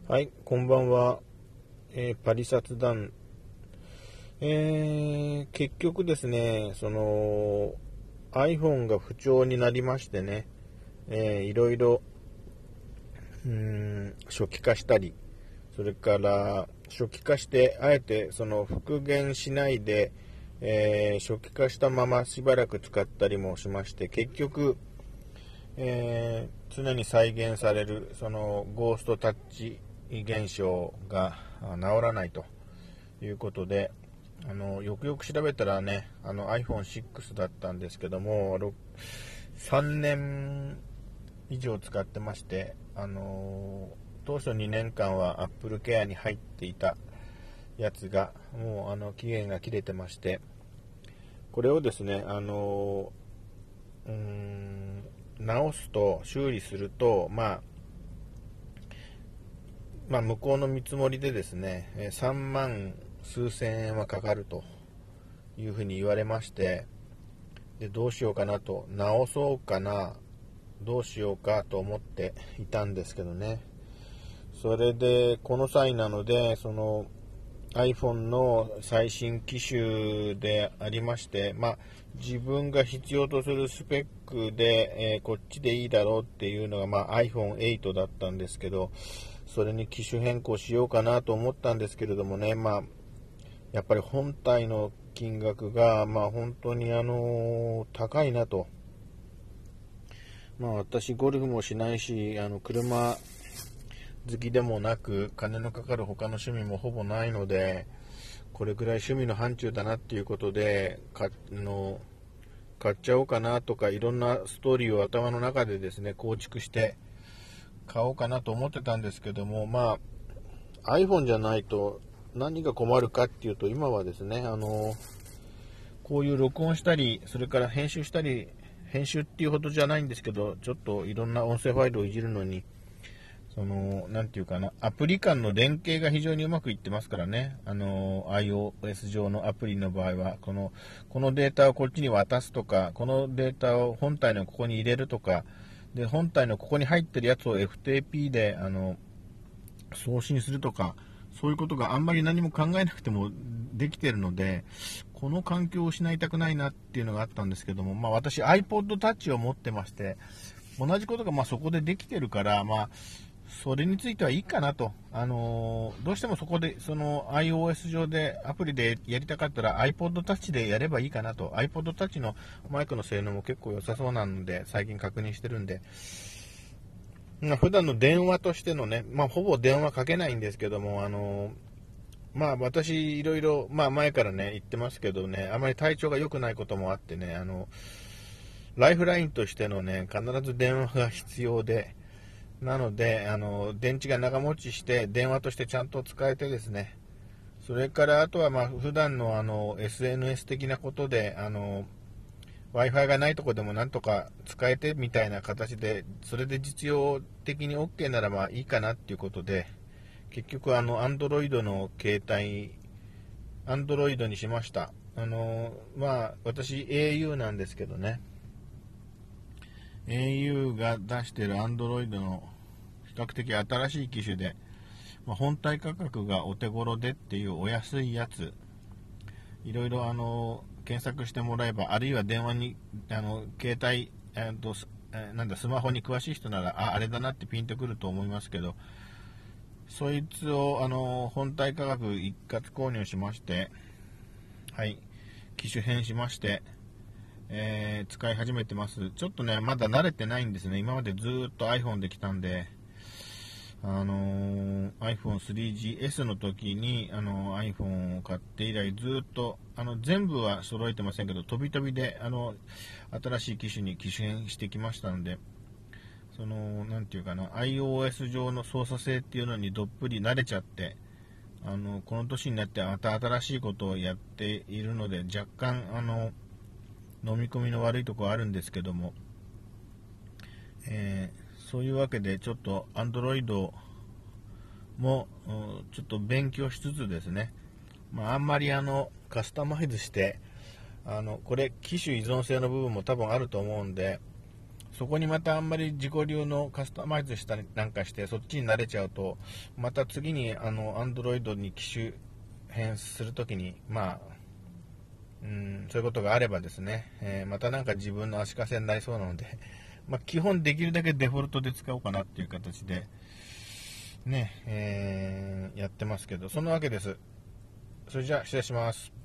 はい、こんばんは。パリ雑談。結局ですね、iPhone が不調になりましてね、いろいろ、初期化したり、それから初期化して、あえて復元しないで、初期化したまましばらく使ったりもしまして、結局、常に再現されるゴーストタッチ現象が治らないということで、よくよく調べたらね、iPhone6 だったんですけども、3年以上使ってまして、当初2年間は Apple Care に入っていたやつがもう期限が切れてまして、これをですね、直すと、修理すると、向こうの見積もりでですね、3万数千円はかかるというふうに言われまして、でどうしようかなと、直そうかな、どうしようかと思っていたんですけどね。それで、この際なので、iPhone の最新機種でありまして、自分が必要とするスペックで、こっちでいいだろうっていうのが、iPhone8 だったんですけど、それに機種変更しようかなと思ったんですけれどもね、やっぱり本体の金額が、本当に高いなと。私ゴルフもしないし、車好きでもなく、金のかかる他の趣味もほぼないので、これくらい趣味の範疇だなっていうことで買っちゃおうかなとか、いろんなストーリーを頭の中でですね構築して買おうかなと思ってたんですけども、iPhone じゃないと何が困るかっていうと、今はですね、こういう録音したり、それから編集したり、編集っていうほどじゃないんですけど、ちょっといろんな音声ファイルをいじるのに、なんていうかな、アプリ間の連携が非常にうまくいってますからね。iOS 上のアプリの場合は、このデータをこっちに渡すとか、このデータを本体のここに入れるとか、で、本体のここに入ってるやつを FTP で、送信するとか、そういうことがあんまり何も考えなくてもできてるので、この環境を失いたくないなっていうのがあったんですけども、私 iPod Touch を持ってまして、同じことがそこでできてるから、それについてはいいかなと。どうしてもそこで、iOS 上でアプリでやりたかったら iPod Touch でやればいいかなと。iPod Touch のマイクの性能も結構良さそうなので、最近確認してるんで。普段の電話としてのね、ほぼ電話かけないんですけども、私いろいろ、前からね、言ってますけどね、あまり体調が良くないこともあってね、ライフラインとしてのね、必ず電話が必要で、なので、電池が長持ちして電話としてちゃんと使えてですね、それからあとは普段のSNS 的なことでWi-Fi がないところでもなんとか使えてみたいな形で、それで実用的に OK ならいいかなっていうことで、結局Android の携帯、Android にしました。私 au なんですけどね、au が出している Android の比較的新しい機種で、本体価格がお手頃でっていうお安いやつ、いろいろ検索してもらえば、あるいは電話に携帯、スマホに詳しい人ならあれだなってピンとくると思いますけど、そいつを本体価格一括購入しまして、はい、機種変しまして、使い始めてます。ちょっとね、まだ慣れてないんですね。今までずっと iPhone できたんで、iPhone3GS の時にiPhone を買って以来ずっと全部は揃えてませんけど、飛び飛びで新しい機種に機種変してきましたので、なんていうかな、iOS 上の操作性っていうのにどっぷり慣れちゃって、この年になってまた新しいことをやっているので、若干飲み込みの悪いところあるんですけども、そういうわけでちょっと Android もちょっと勉強しつつですね、あんまりカスタマイズしてこれ機種依存性の部分も多分あると思うんで、 そこにまたあんまり自己流のカスタマイズしたりなんかしてそっちに慣れちゃうと、また次にAndroid に機種変するときにそういうことがあればですね、またなんか自分の足かせになりそうなので、基本できるだけデフォルトで使おうかなっていう形でね、やってますけど、そんなわけです。それじゃあ失礼します。